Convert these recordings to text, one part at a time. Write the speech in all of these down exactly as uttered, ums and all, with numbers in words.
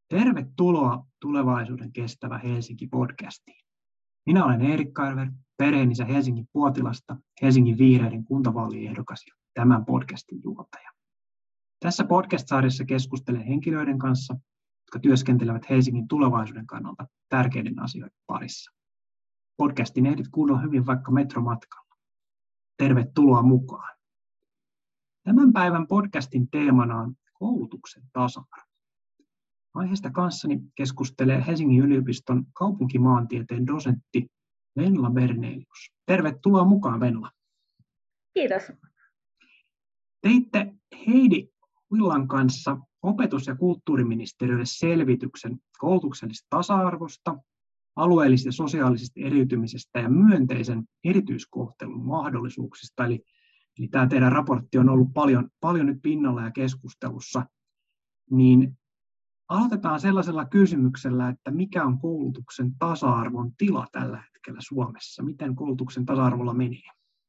Tervetuloa Tulevaisuuden kestävä Helsinki-podcastiin. Minä olen Erik Karver, perheenisä Helsingin Puotilasta, Helsingin vihreiden kuntavaaliehdokas ja tämän podcastin juontaja. Tässä podcast-sarjassa keskustelen henkilöiden kanssa, jotka työskentelevät Helsingin tulevaisuuden kannalta tärkeiden asioiden parissa. Podcastin ehdit kuunnella hyvin vaikka metromatkalla. Tervetuloa mukaan. Tämän päivän podcastin teemana on koulutuksen tasa-arvo. Aiheesta kanssani keskustelee Helsingin yliopiston kaupunkimaantieteen dosentti Venla Bernelius. Tervetuloa mukaan, Venla. Kiitos. Teitte Heidi Villan kanssa opetus- ja kulttuuriministeriölle selvityksen koulutuksellisesta tasa-arvosta, alueellisesta ja sosiaalisesta eriytymisestä ja myönteisen erityiskohtelun mahdollisuuksista. Eli, eli tämä teidän raportti on ollut paljon, paljon nyt pinnalla ja keskustelussa. Niin aloitetaan sellaisella kysymyksellä, että mikä on koulutuksen tasa-arvon tila tällä hetkellä Suomessa? Miten koulutuksen tasa-arvolla menee?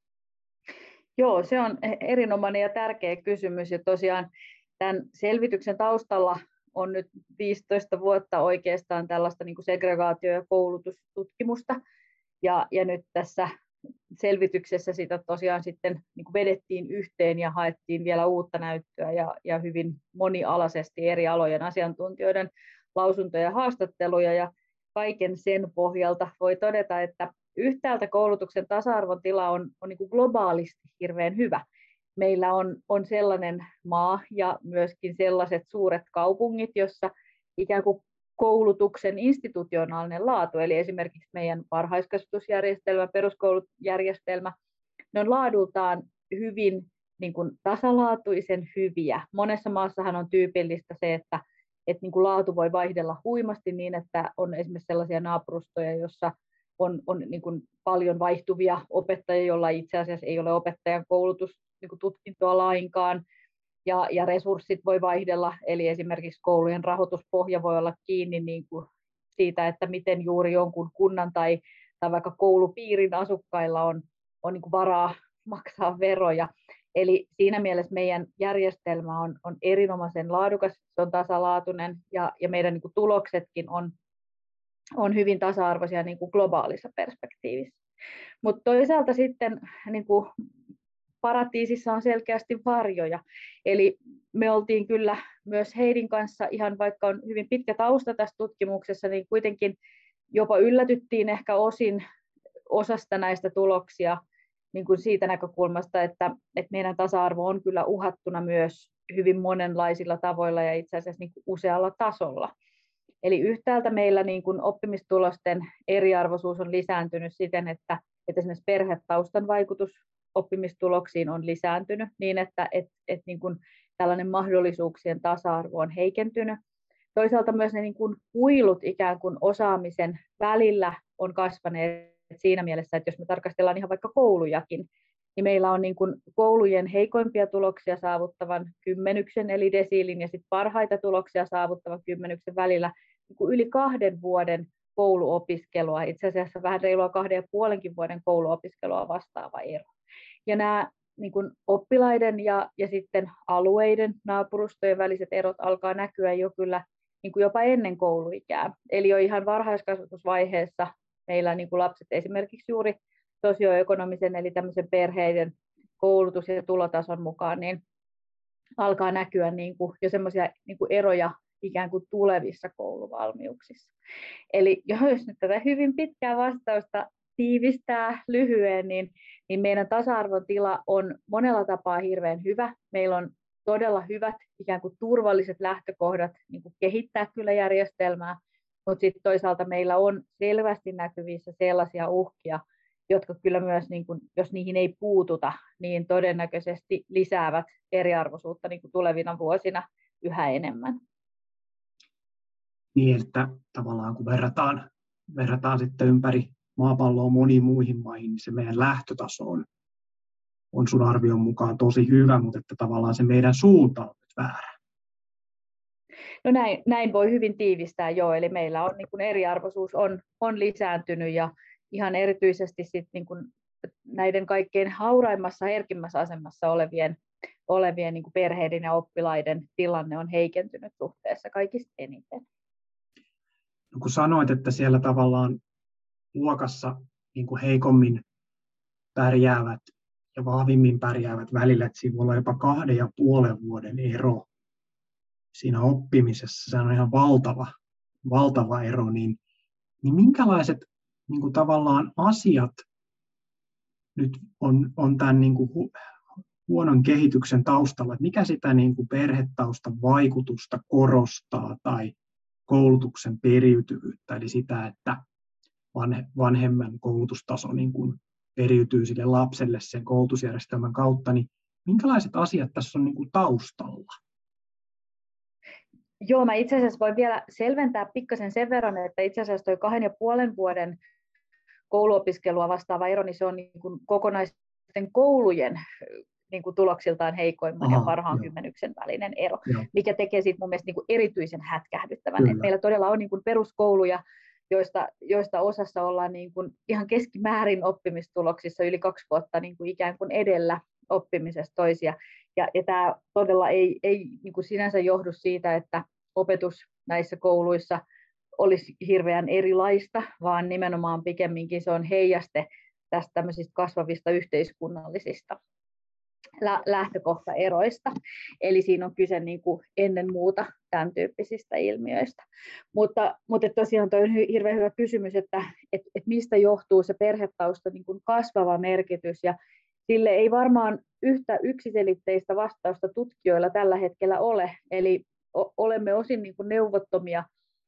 Joo, se on erinomainen ja tärkeä kysymys. Ja tosiaan tämän selvityksen taustalla on nyt viisitoista vuotta oikeastaan tällaista niin kuin segregaatio- ja koulutustutkimusta. Ja, ja nyt tässä selvityksessä sitä tosiaan sitten niin kuin vedettiin yhteen ja haettiin vielä uutta näyttöä ja, ja hyvin monialaisesti eri alojen asiantuntijoiden lausuntoja ja haastatteluja. Ja kaiken sen pohjalta voi todeta, että yhtäältä koulutuksen tasa-arvon tila on, on niin kuin globaalisti hirveän hyvä. Meillä on, on sellainen maa ja myöskin sellaiset suuret kaupungit, jossa ikään kuin koulutuksen institutionaalinen laatu, eli esimerkiksi meidän varhaiskasvatusjärjestelmä, peruskoulujärjestelmä, ne on laadultaan hyvin niin kuin tasalaatuisen hyviä. Monessa maassahan on tyypillistä se, että, että niin kuin laatu voi vaihdella huimasti niin, että on esimerkiksi sellaisia naapurustoja, joissa on, on niin kuin paljon vaihtuvia opettajia, joilla itse asiassa ei ole opettajan koulutustutkintoa lainkaan. Ja, ja resurssit voi vaihdella, eli esimerkiksi koulujen rahoituspohja voi olla kiinni niin kuin siitä, että miten juuri jonkun kunnan tai, tai vaikka koulupiirin asukkailla on, on niin kuin varaa maksaa veroja. Eli siinä mielessä meidän järjestelmä on, on erinomaisen laadukas, se on tasalaatuinen ja, ja meidän niin kuin tuloksetkin on, on hyvin tasa-arvoisia niin kuin globaalissa perspektiivissä. Mutta toisaalta sitten niin kuin paratiisissa on selkeästi varjoja. Eli me oltiin kyllä myös Heidin kanssa, ihan vaikka on hyvin pitkä tausta tässä tutkimuksessa, niin kuitenkin jopa yllätyttiin ehkä osin osasta näistä tuloksia niin kuin siitä näkökulmasta, että, että meidän tasa-arvo on kyllä uhattuna myös hyvin monenlaisilla tavoilla ja itse asiassa niin kuin usealla tasolla. Eli yhtäältä meillä niin kuin oppimistulosten eriarvoisuus on lisääntynyt siten, että, että esimerkiksi perhetaustan vaikutus oppimistuloksiin on lisääntynyt niin, että et, et niin kuin tällainen mahdollisuuksien tasa-arvo on heikentynyt. Toisaalta myös ne niin kuin kuilut ikään kuin osaamisen välillä on kasvaneet siinä mielessä, että jos me tarkastellaan ihan vaikka koulujakin, niin meillä on niin kuin koulujen heikoimpia tuloksia saavuttavan kymmenyksen eli desiilin ja sit parhaita tuloksia saavuttavan kymmenyksen välillä niin kuin yli kahden vuoden kouluopiskelua, itse asiassa vähän reilua kahden ja puolenkin vuoden kouluopiskelua vastaava ero. Ja nämä niin kuin oppilaiden ja, ja sitten alueiden, naapurustojen väliset erot alkaa näkyä jo kyllä niin kuin jopa ennen kouluikää. Eli jo ihan varhaiskasvatusvaiheessa meillä niin kuin lapset esimerkiksi juuri sosioekonomisen eli tämmöisen perheiden koulutus- ja tulotason mukaan niin alkaa näkyä niin kuin jo semmoisia niin kuin eroja ikään kuin tulevissa kouluvalmiuksissa. Eli jos nyt tätä hyvin pitkää vastausta tiivistää lyhyen, niin, niin meidän tasa-arvon tila on monella tapaa hirveän hyvä. Meillä on todella hyvät ikään kuin turvalliset lähtökohdat niin kuin kehittää kyllä järjestelmää, mutta sitten toisaalta meillä on selvästi näkyvissä sellaisia uhkia, jotka kyllä myös, niin kuin, jos niihin ei puututa, niin todennäköisesti lisäävät eriarvoisuutta niin kuin tulevina vuosina yhä enemmän. Niin, että tavallaan kun verrataan, verrataan sitten ympäri maapalloa moniin muihin maihin, niin se meidän lähtötaso on, on sun arvion mukaan tosi hyvä, mutta että tavallaan se meidän suunta on nyt väärä. No näin, näin voi hyvin tiivistää jo, eli meillä on niin kuin eriarvoisuus on, on lisääntynyt ja ihan erityisesti sit niin kuin näiden kaikkein hauraimmassa, herkimmässä asemassa olevien, olevien niin kuin perheiden ja oppilaiden tilanne on heikentynyt suhteessa kaikista eniten. No, kun sanoit, että siellä tavallaan luokassa niin kuin heikommin pärjäävät ja vahvimmin pärjäävät välillä, että siinä voi olla jopa kahden ja puolen vuoden ero siinä oppimisessa. Se on ihan valtava, valtava ero. Niin, niin minkälaiset niin kuin tavallaan asiat nyt on, on tämän niin kuin hu, huonon kehityksen taustalla? Että mikä sitä niin kuin perhetaustan vaikutusta korostaa tai koulutuksen periytyvyyttä, eli sitä, että vanhemman koulutustaso niin kuin periytyy sille lapselle sen koulutusjärjestelmän kautta, niin minkälaiset asiat tässä on niin kuin taustalla? Joo, mä itse asiassa voin vielä selventää pikkasen sen verran, että itse asiassa toi kahden ja puolen vuoden kouluopiskelua vastaava ero, niin se on niin kuin kokonaisten koulujen niin kuin tuloksiltaan heikoimman Aha, ja parhaan jo. kymmenyksen välinen ero, jo. mikä tekee siitä mun mielestä niin kuin erityisen hätkähdyttävän. Et meillä todella on niin kuin peruskouluja, joista, joista osassa ollaan niin kuin ihan keskimäärin oppimistuloksissa yli kaksi vuotta niin kuin ikään kuin edellä oppimisesta toisia. Ja, ja tämä todella ei, ei niin kuin sinänsä johdu siitä, että opetus näissä kouluissa olisi hirveän erilaista, vaan nimenomaan pikemminkin se on heijaste tästä tämmöisistä kasvavista yhteiskunnallisista lähtökohtaeroista. Eli siinä on kyse niin kuin ennen muuta tämän tyyppisistä ilmiöistä. Mutta, mutta tosiaan tuo on hirveän hyvä kysymys, että, että, että mistä johtuu se perhetausta niin kuin kasvava merkitys. Ja sille ei varmaan yhtä yksiselitteistä vastausta tutkijoilla tällä hetkellä ole. Eli olemme osin niin kuin neuvottomia.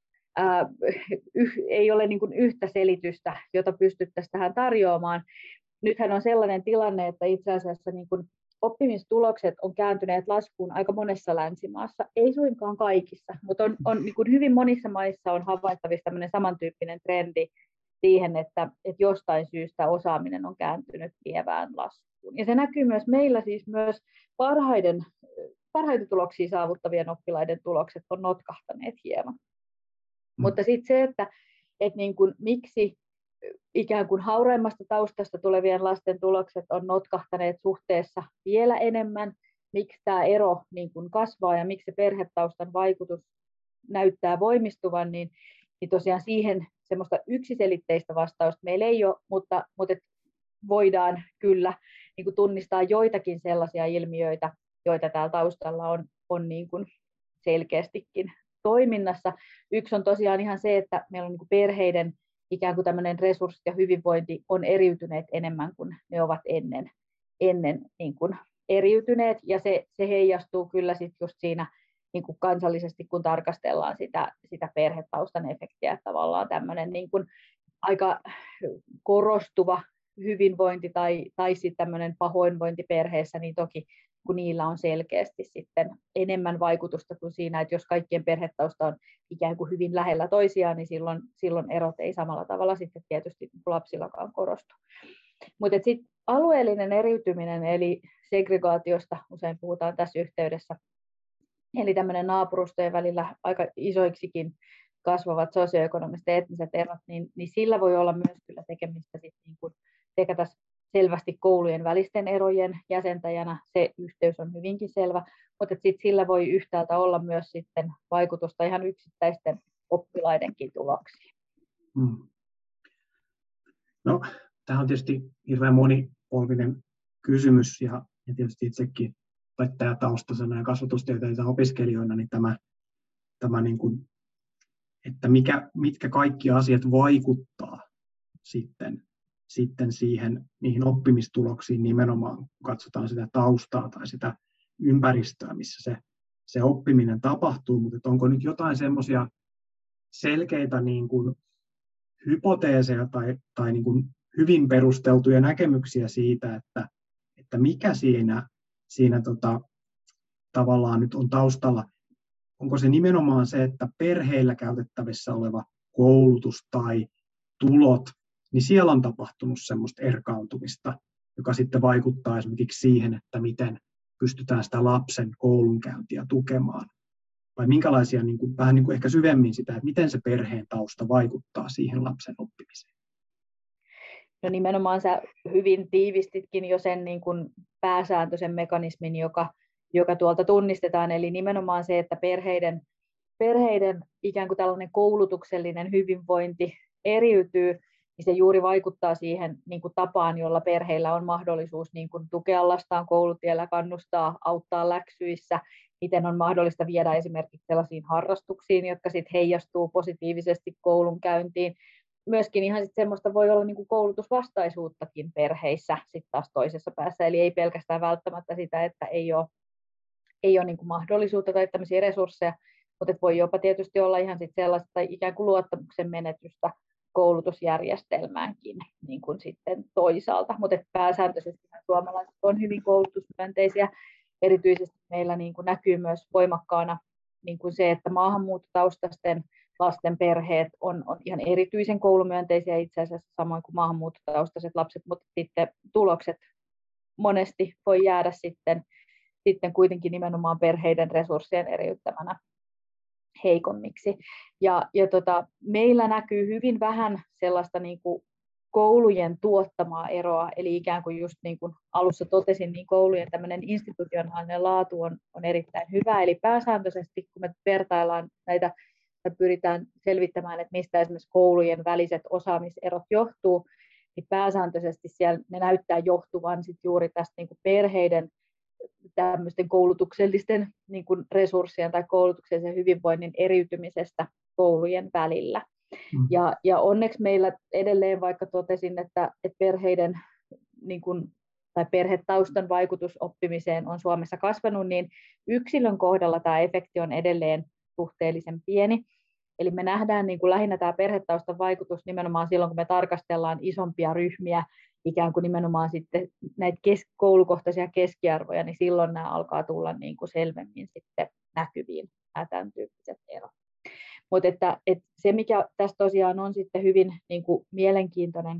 Ää, yh, ei ole niin kuin yhtä selitystä, jota pystyttäisiin tähän tarjoamaan. Nythän on sellainen tilanne, että itse asiassa niin kuin oppimistulokset on kääntyneet laskuun aika monessa länsimaassa, ei suinkaan kaikissa, mutta on, on niin kuin hyvin monissa maissa on havaittavissa tämmöinen samantyyppinen trendi siihen, että, että jostain syystä osaaminen on kääntynyt lievään laskuun. Ja se näkyy myös meillä siis myös parhaiden, parhaiten tuloksia saavuttavien oppilaiden tulokset on notkahtaneet hieman. Mm. Mutta sitten se, että, että niin kuin, miksi ikään kuin hauraimmasta taustasta tulevien lasten tulokset on notkahtaneet suhteessa vielä enemmän, miksi tämä ero niin kuin kasvaa ja miksi se perhetaustan vaikutus näyttää voimistuvan, niin, niin tosiaan siihen semmoista yksiselitteistä vastausta meillä ei ole, mutta, mutta voidaan kyllä niin kuin tunnistaa joitakin sellaisia ilmiöitä, joita täällä taustalla on, on niin kuin selkeästikin toiminnassa. Yksi on tosiaan ihan se, että meillä on niin kuin perheiden ikään kuin tämmöinen resurssi ja hyvinvointi on eriytyneet enemmän kuin ne ovat ennen, ennen niin kuin eriytyneet. Ja se, se heijastuu kyllä sit just siinä niin kuin kansallisesti, kun tarkastellaan sitä, sitä perhetaustan efektiä, että tavallaan tämmöinen niin kuin aika korostuva hyvinvointi tai, tai sitten tämmöinen pahoinvointi perheessä, niin toki kun niillä on selkeästi sitten enemmän vaikutusta kuin siinä, että jos kaikkien perhetausta on ikään kuin hyvin lähellä toisiaan, niin silloin, silloin erot ei samalla tavalla sitten tietysti lapsillakaan korostu. Mutta sitten alueellinen eriytyminen, eli segregaatiosta usein puhutaan tässä yhteydessä, eli tämmöinen naapurustojen välillä aika isoiksikin kasvavat sosioekonomiset ja etniset erot, niin, niin sillä voi olla myös kyllä tekemistä sit niin kuin sekä tässä selvästi koulujen välisten erojen jäsentäjänä, se yhteys on hyvinkin selvä, mutta sit sillä voi yhtäältä olla myös sitten vaikutusta ihan yksittäisten oppilaidenkin tuloksiin. Hmm. No, tämä on tietysti hirveän monipolvinen kysymys, ja, ja tietysti itsekin opettajataustaisena ja kasvatustieteellisenä opiskelijoina, niin tämä, tämä niin kuin, että mikä, mitkä kaikki asiat vaikuttaa sitten sitten siihen, niihin oppimistuloksiin nimenomaan, kun katsotaan sitä taustaa tai sitä ympäristöä, missä se, se oppiminen tapahtuu, mutta onko nyt jotain semmoisia selkeitä niin kuin hypoteeseja tai, tai niin kuin hyvin perusteltuja näkemyksiä siitä, että, että mikä siinä, siinä tota, tavallaan nyt on taustalla. Onko se nimenomaan se, että perheillä käytettävissä oleva koulutus tai tulot, niin siellä on tapahtunut semmoista erkaantumista, joka sitten vaikuttaa esimerkiksi siihen, että miten pystytään sitä lapsen koulunkäyntiä tukemaan. Vai minkälaisia, niin kuin, vähän niin kuin ehkä syvemmin sitä, että miten se perheen tausta vaikuttaa siihen lapsen oppimiseen. No nimenomaan sä hyvin tiivistitkin jo sen niin kuin pääsääntöisen mekanismin, joka, joka tuolta tunnistetaan, eli nimenomaan se, että perheiden perheiden ikään kuin tällainen koulutuksellinen hyvinvointi eriytyy, niin se juuri vaikuttaa siihen niin kuin tapaan, jolla perheillä on mahdollisuus niin kuin tukea lastaan koulutiellä, kannustaa, auttaa läksyissä, miten on mahdollista viedä esimerkiksi sellaisiin harrastuksiin, jotka sitten heijastuu positiivisesti koulunkäyntiin. Myöskin ihan sit semmoista voi olla niin kuin koulutusvastaisuuttakin perheissä sit taas toisessa päässä, eli ei pelkästään välttämättä sitä, että ei ole, ei ole niin kuin mahdollisuutta tai tämmöisiä resursseja, mutta voi jopa tietysti olla ihan sit sellaista ikään kuin luottamuksen menetystä koulutusjärjestelmäänkin niin kuin sitten toisaalta, mutta pääsääntöisesti suomalaiset on hyvin koulutusmyönteisiä. Erityisesti meillä niin kuin näkyy myös voimakkaana niin kuin se, että maahanmuuttotaustaisten lasten perheet on, on ihan erityisen koulumyönteisiä itse asiassa, samoin kuin maahanmuuttotaustaiset lapset, mutta sitten tulokset monesti voi jäädä sitten, sitten kuitenkin nimenomaan perheiden resurssien eriyttämänä heikommiksi. Ja, ja tota, meillä näkyy hyvin vähän sellaista niin kuin koulujen tuottamaa eroa, eli ikään kuin just niin kuin alussa totesin, niin koulujen tämmöinen institutionaalinen laatu on, on erittäin hyvä, eli pääsääntöisesti kun me vertaillaan näitä ja pyritään selvittämään, että mistä esimerkiksi koulujen väliset osaamiserot johtuu, niin pääsääntöisesti siellä ne näyttää johtuvan sit juuri tästä niin kuin perheiden tämmöisten koulutuksellisten niin kuin resurssien tai koulutuksellisen hyvinvoinnin eriytymisestä koulujen välillä. Mm. Ja, ja onneksi meillä edelleen, vaikka totesin, että, että perheiden niin kuin, tai perhetaustan vaikutus oppimiseen on Suomessa kasvanut, niin yksilön kohdalla tämä efekti on edelleen suhteellisen pieni. Eli me nähdään niin kuin lähinnä tämä perhetaustan vaikutus nimenomaan silloin, kun me tarkastellaan isompia ryhmiä, ikään kuin nimenomaan sitten näitä kes- koulukohtaisia keskiarvoja, niin silloin nämä alkaa tulla niin kuin selvemmin sitten näkyviin, nämä tämän tyyppiset erot. Mutta että, että se, mikä tässä tosiaan on sitten hyvin niin kuin mielenkiintoinen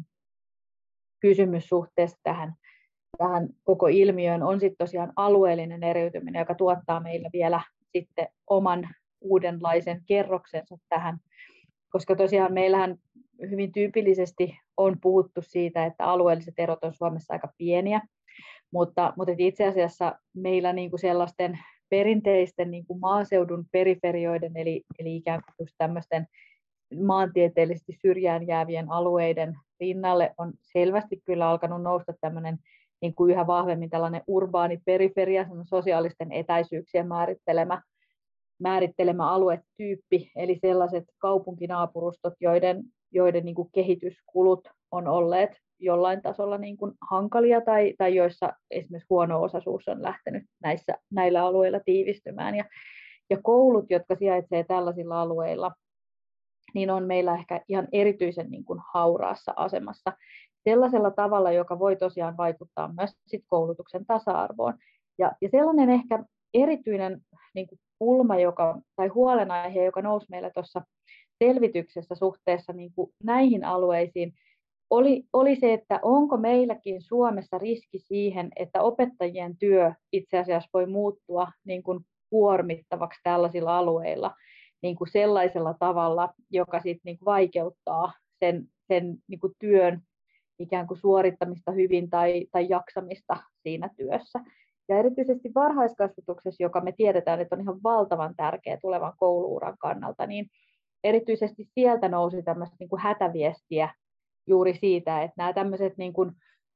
kysymys suhteessa tähän, tähän koko ilmiöön, on sitten tosiaan alueellinen eriytyminen, joka tuottaa meillä vielä sitten oman uudenlaisen kerroksensa tähän, koska tosiaan meillähän hyvin tyypillisesti on puhuttu siitä, että alueelliset erot on Suomessa aika pieniä, mutta, mutta itse asiassa meillä niin kuin sellaisten perinteisten niin kuin maaseudun periferioiden, eli, eli ikään kuin just tämmöisten maantieteellisesti syrjään jäävien alueiden rinnalle on selvästi kyllä alkanut nousta tämmöinen niin kuin yhä vahvemmin tällainen urbaani periferia, sosiaalisten etäisyyksien määrittelemä määrittelemä aluetyyppi, eli sellaiset kaupunkinaapurustot, joiden, joiden niin kuin kehityskulut on olleet jollain tasolla niin kuin hankalia tai, tai joissa esimerkiksi huono-osaisuus on lähtenyt näissä, näillä alueilla tiivistymään. Ja, ja koulut, jotka sijaitsevat tällaisilla alueilla, niin on meillä ehkä ihan erityisen niin kuin hauraassa asemassa sellaisella tavalla, joka voi tosiaan vaikuttaa myös sit koulutuksen tasa-arvoon. Ja, ja sellainen ehkä erityinen niin kuin pulma joka, tai huolenaihe, joka nousi meillä tuossa selvityksessä suhteessa niin kuin näihin alueisiin, oli, oli se, että onko meilläkin Suomessa riski siihen, että opettajien työ itse asiassa voi muuttua niin kuin kuormittavaksi tällaisilla alueilla niin kuin sellaisella tavalla, joka sit niin kuin vaikeuttaa sen, sen niin kuin työn ikään kuin suorittamista hyvin tai, tai jaksamista siinä työssä. Ja erityisesti varhaiskasvatuksessa, joka me tiedetään, että on ihan valtavan tärkeä tulevan kouluuran kannalta, niin erityisesti sieltä nousi tämmöistä niin kuin hätäviestiä juuri siitä, että nämä tämmöiset niin kuin,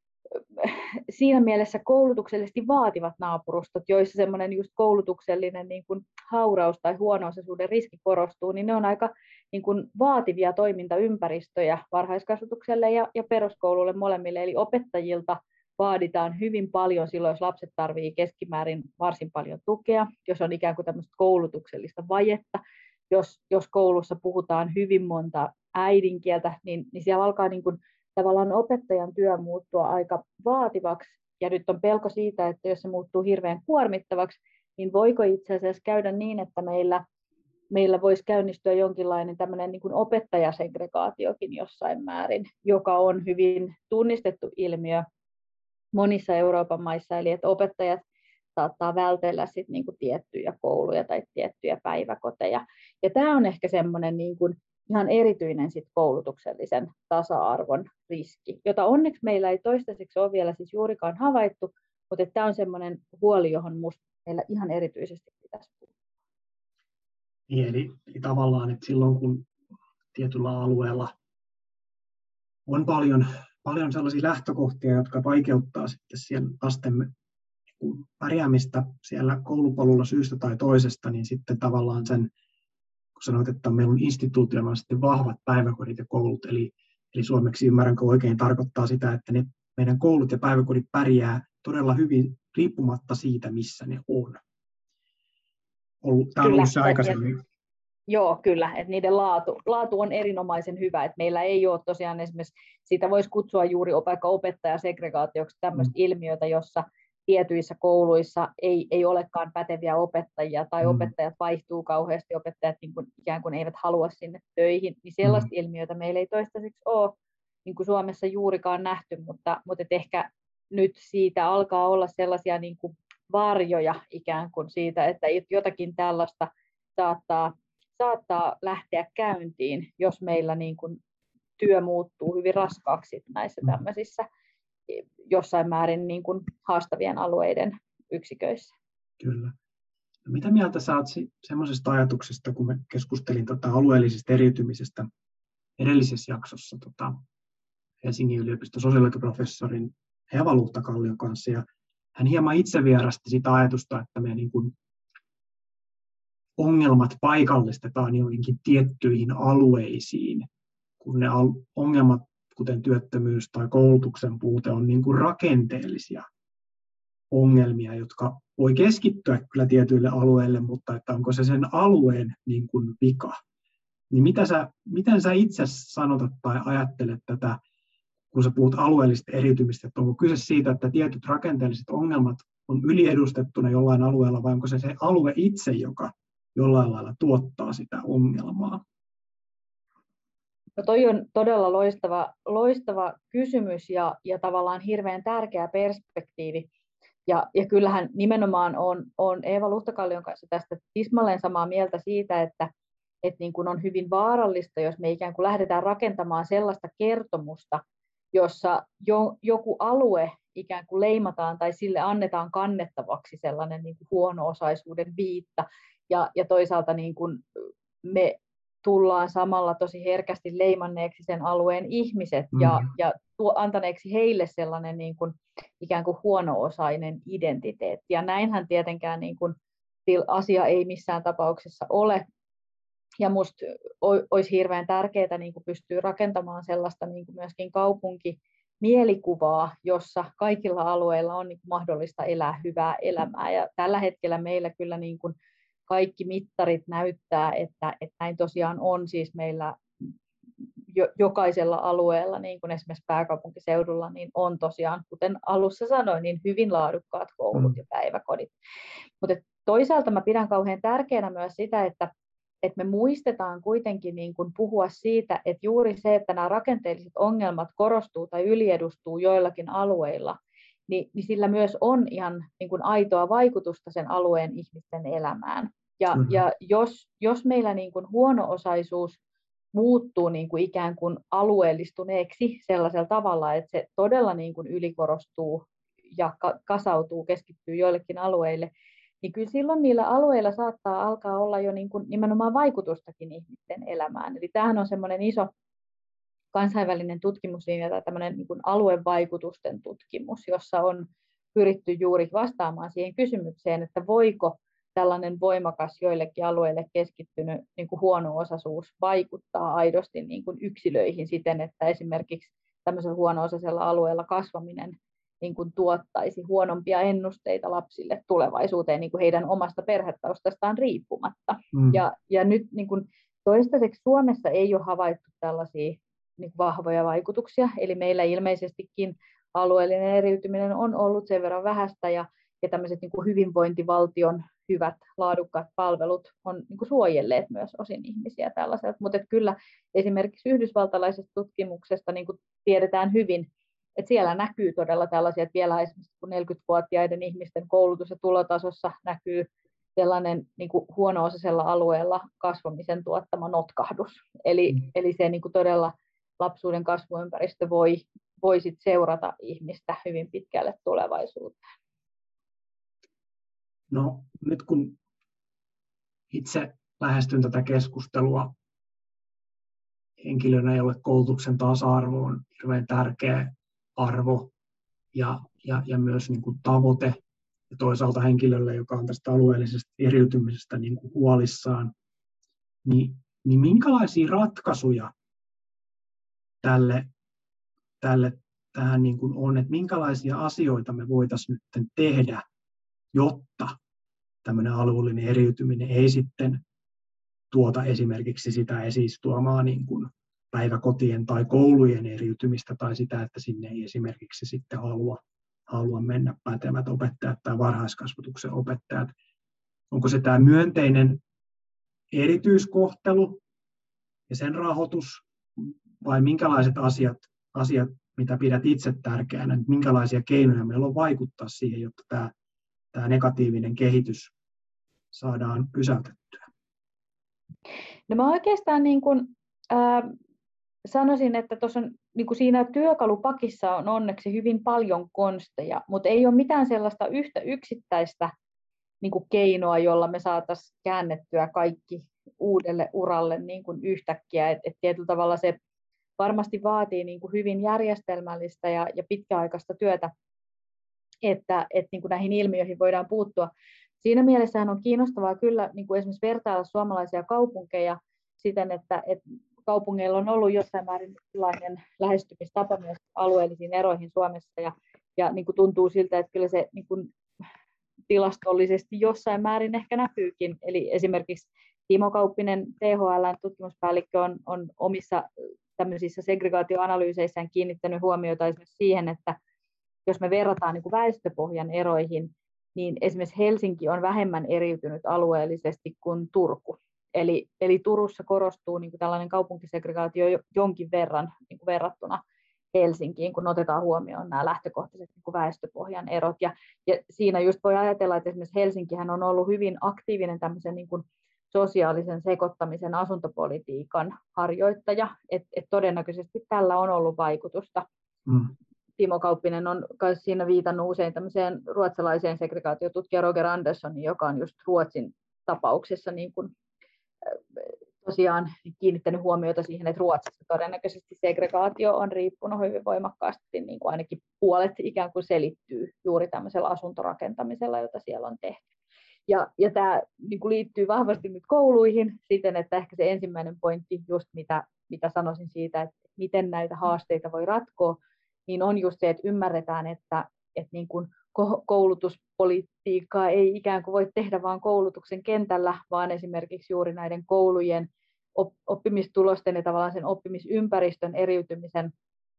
siinä mielessä koulutuksellisesti vaativat naapurustot, joissa semmoinen just koulutuksellinen niin kuin hauraus tai huono-osaisuuden riski korostuu, niin ne on aika niin kuin vaativia toimintaympäristöjä varhaiskasvatukselle ja, ja peruskoululle molemmille, eli opettajilta vaaditaan hyvin paljon silloin, jos lapset tarvitsevat keskimäärin varsin paljon tukea, jos on ikään kuin tämmöistä koulutuksellista vajetta, jos, jos koulussa puhutaan hyvin monta äidinkieltä, niin, niin siellä alkaa niin kuin tavallaan opettajan työ muuttua aika vaativaksi, ja nyt on pelko siitä, että jos se muuttuu hirveän kuormittavaksi, niin voiko itse asiassa käydä niin, että meillä, meillä voisi käynnistyä jonkinlainen tämmöinen niin kuin opettajasegregaatiokin jossain määrin, joka on hyvin tunnistettu ilmiö monissa Euroopan maissa, eli että opettajat saattaa vältellä sit niinku tiettyjä kouluja tai tiettyjä päiväkoteja. Ja tämä on ehkä semmoinen niinku ihan erityinen sit koulutuksellisen tasa-arvon riski, jota onneksi meillä ei toistaiseksi ole vielä siis juurikaan havaittu, mutta tämä on semmoinen huoli, johon minusta meillä ihan erityisesti pitäisi puhua. Eli, eli tavallaan, että silloin kun tietyllä alueella on paljon, paljon sellaisia lähtökohtia, jotka vaikeuttaa sitten siellä lasten pärjäämistä siellä koulupolulla syystä tai toisesta, niin sitten tavallaan sen, kun sanoit, että meillä on institutionaalisesti vahvat päiväkodit ja koulut, eli, eli suomeksi ymmärränkö oikein tarkoittaa sitä, että ne meidän koulut ja päiväkodit pärjää todella hyvin riippumatta siitä, missä ne on. Tämä on ollut se aikaisemmin. Joo, kyllä, että niiden laatu, laatu on erinomaisen hyvä, että meillä ei ole tosiaan esimerkiksi, siitä voisi kutsua juuri vaikka opettajasegregaatioksi tämmöistä mm. ilmiötä, jossa tietyissä kouluissa ei, ei olekaan päteviä opettajia tai mm. opettajat vaihtuu kauheasti, opettajat niin kuin, ikään kuin eivät halua sinne töihin, niin sellaista mm. ilmiötä meillä ei toistaiseksi ole niin kuin Suomessa juurikaan nähty, mutta, mutta ehkä nyt siitä alkaa olla sellaisia niin kuin varjoja ikään kuin siitä, että jotakin tällaista saattaa saattaa lähteä käyntiin, jos meillä niin kuin työ muuttuu hyvin raskaaksi näissä tämmöisissä jossain määrin niin kuin haastavien alueiden yksiköissä. Kyllä. No, mitä mieltä sä oot semmoisesta ajatuksesta, kun me keskustelin tota alueellisesta eriytymisestä edellisessä jaksossa tota Helsingin yliopiston sosiologiprofessorin Eeva Luhtakallion kanssa, ja hän hieman itse vierasti sitä ajatusta, että me niin kuin ongelmat paikallistetaan joihinkin tiettyihin alueisiin, kun ne ongelmat, kuten työttömyys tai koulutuksen puute, on niin kuin rakenteellisia ongelmia, jotka voi keskittyä kyllä tietyille alueille, mutta että onko se sen alueen niin kuin vika. Niin mitä sä, miten sä itse sanotat tai ajattelet tätä, kun sä puhut alueellisesta eriytymistä, että onko kyse siitä, että tietyt rakenteelliset ongelmat on yliedustettuna jollain alueella, vai onko se se alue itse, joka jollain lailla tuottaa sitä ongelmaa? No toi on todella loistava, loistava kysymys ja, ja tavallaan hirveän tärkeä perspektiivi. Ja, ja kyllähän nimenomaan on, on Eeva Luhtakallion kanssa tästä tismalleen samaa mieltä siitä, että, että niin kuin on hyvin vaarallista, jos me ikään kuin lähdetään rakentamaan sellaista kertomusta, jossa jo, joku alue ikään kuin leimataan tai sille annetaan kannettavaksi sellainen niin kuin huono-osaisuuden viitta. Ja, ja toisaalta niin kuin me tullaan samalla tosi herkästi leimanneeksi sen alueen ihmiset mm. ja, ja tuo, antaneeksi heille sellainen niin kuin, ikään kuin huono-osainen identiteetti. Ja näinhän tietenkään niin kuin, asia ei missään tapauksessa ole. Ja musta olisi hirveän tärkeää niin kuin pystyä rakentamaan sellaista niin kuin myöskin kaupunkimielikuvaa, jossa kaikilla alueilla on niin kuin mahdollista elää hyvää elämää. Ja tällä hetkellä meillä kyllä niin kuin kaikki mittarit näyttää, että, että näin tosiaan on. Siis meillä jo, jokaisella alueella, niin kuin esimerkiksi pääkaupunkiseudulla, niin on tosiaan, kuten alussa sanoin, niin hyvin laadukkaat koulut mm. ja päiväkodit. Mutta toisaalta mä pidän kauhean tärkeänä myös sitä, että että me muistetaan kuitenkin niin kuin puhua siitä, että juuri se, että nämä rakenteelliset ongelmat korostuu tai yliedustuu joillakin alueilla, niin, niin sillä myös on ihan niin kuin aitoa vaikutusta sen alueen ihmisten elämään. Ja, mm-hmm. ja jos, jos meillä niin kuin huono-osaisuus muuttuu niin kuin ikään kuin alueellistuneeksi sellaisella tavalla, että se todella niin kuin ylikorostuu ja kasautuu, keskittyy joillekin alueille, niin kyllä silloin niillä alueilla saattaa alkaa olla jo niin kuin nimenomaan vaikutustakin ihmisten elämään. Eli tämähän on semmoinen iso kansainvälinen tutkimuslinja tai tämmöinen niin kuin aluevaikutusten tutkimus, jossa on pyritty juuri vastaamaan siihen kysymykseen, että voiko tällainen voimakas joillekin alueille keskittynyt niin kuin huono-osaisuus vaikuttaa aidosti niin kuin yksilöihin siten, että esimerkiksi tämmöisellä huono-osaisella alueella kasvaminen niin kuin tuottaisi huonompia ennusteita lapsille tulevaisuuteen niin kuin heidän omasta perhetaustastaan riippumatta. Mm. Ja, ja nyt niin kuin toistaiseksi Suomessa ei ole havaittu tällaisia niin kuin vahvoja vaikutuksia, eli meillä ilmeisestikin alueellinen eriytyminen on ollut sen verran vähäistä, ja, ja tämmöiset niin kuin hyvinvointivaltion hyvät, laadukkaat palvelut on niin kuin suojelleet myös osin ihmisiä tällaiselta. Mutta kyllä esimerkiksi yhdysvaltalaisesta tutkimuksesta niin kuin tiedetään hyvin, että siellä näkyy todella tällaisia, että vielä esimerkiksi neljäkymmentävuotiaiden ihmisten koulutus- ja tulotasossa näkyy sellainen niin kuin huono-osaisella alueella kasvamisen tuottama notkahdus. Eli, mm. eli se niin kuin todella lapsuuden kasvuympäristö voi, voi sit seurata ihmistä hyvin pitkälle tulevaisuuteen. No nyt kun itse lähestyn tätä keskustelua henkilönä, jolle koulutuksen tasa-arvo on hirveän tärkeä arvo ja, ja, ja myös niin kuin tavoite. Ja toisaalta henkilölle, joka on tästä alueellisesta eriytymisestä niin kuin huolissaan, niin, niin minkälaisia ratkaisuja tälle, tälle tähän niin kuin on, että minkälaisia asioita me voitaisiin nyt tehdä, jotta tämmöinen alueellinen eriytyminen ei sitten tuota esimerkiksi sitä esiin tuomaan niin kuin päiväkotien tai koulujen eriytymistä tai sitä, että sinne ei esimerkiksi sitten halua, halua mennä pätevät opettajat tai varhaiskasvatuksen opettajat. Onko se tämä myönteinen erityiskohtelu ja sen rahoitus vai minkälaiset asiat, asiat mitä pidät itse tärkeänä, minkälaisia keinoja meillä on vaikuttaa siihen, jotta tämä, tämä negatiivinen kehitys saadaan pysäytettyä? No mä oikeastaan niin kuin, äh, sanoisin, että tuossa on, niin kuin siinä työkalupakissa on onneksi hyvin paljon konsteja, mutta ei ole mitään sellaista yhtä yksittäistä niin kuin keinoa, jolla me saataisiin käännettyä kaikki uudelle uralle niin kuin yhtäkkiä. Et, et tietyllä tavalla se varmasti vaatii niin kuin hyvin järjestelmällistä ja, ja pitkäaikaista työtä, että et, niin kuin näihin ilmiöihin voidaan puuttua. Siinä mielessähän on kiinnostavaa kyllä niin kuin esimerkiksi vertailla suomalaisia kaupunkeja siten, että, että kaupungeilla on ollut jossain määrin sellainen lähestymistapa myös alueellisiin eroihin Suomessa, ja, ja niin kuin tuntuu siltä, että kyllä se niin kuin tilastollisesti jossain määrin ehkä näkyykin. Eli esimerkiksi Timo Kauppinen, T H L:n tutkimuspäällikkö, on, on omissa tämmöisissä segregaatioanalyyseissään kiinnittänyt huomiota esimerkiksi siihen, että jos me verrataan niin kuin väestöpohjan eroihin, niin esimerkiksi Helsinki on vähemmän eriytynyt alueellisesti kuin Turku. Eli, eli Turussa korostuu niin kuin tällainen kaupunkisegregaatio jonkin verran niin kuin verrattuna Helsinkiin, kun otetaan huomioon nämä lähtökohtaiset niin kuin väestöpohjan erot. Ja, ja siinä just voi ajatella, että esimerkiksi Helsinkihän on ollut hyvin aktiivinen tämmöisen niin kuin sosiaalisen sekoittamisen asuntopolitiikan harjoittaja, että et todennäköisesti tällä on ollut vaikutusta. Mm. Timo Kauppinen on myös siinä viitannut usein tämmöiseen ruotsalaiseen segregaatiotutkija Roger Anderssonin, joka on just Ruotsin tapauksessa niin kuin, tosiaan kiinnittänyt huomiota siihen, että Ruotsissa todennäköisesti segregaatio on riippunut hyvin voimakkaasti, niin kuin ainakin puolet ikään kuin selittyy juuri tämmöisellä asuntorakentamisella, jota siellä on tehty. Ja, ja tämä niin kuin liittyy vahvasti nyt kouluihin siten, että ehkä se ensimmäinen pointti, just mitä, mitä sanoisin siitä, että miten näitä haasteita voi ratkoa, niin on just se, että ymmärretään, että, että niin kuin koulutuspolitiikkaa ei ikään kuin voi tehdä vain koulutuksen kentällä, vaan esimerkiksi juuri näiden koulujen oppimistulosten ja tavallaan sen oppimisympäristön eriytymisen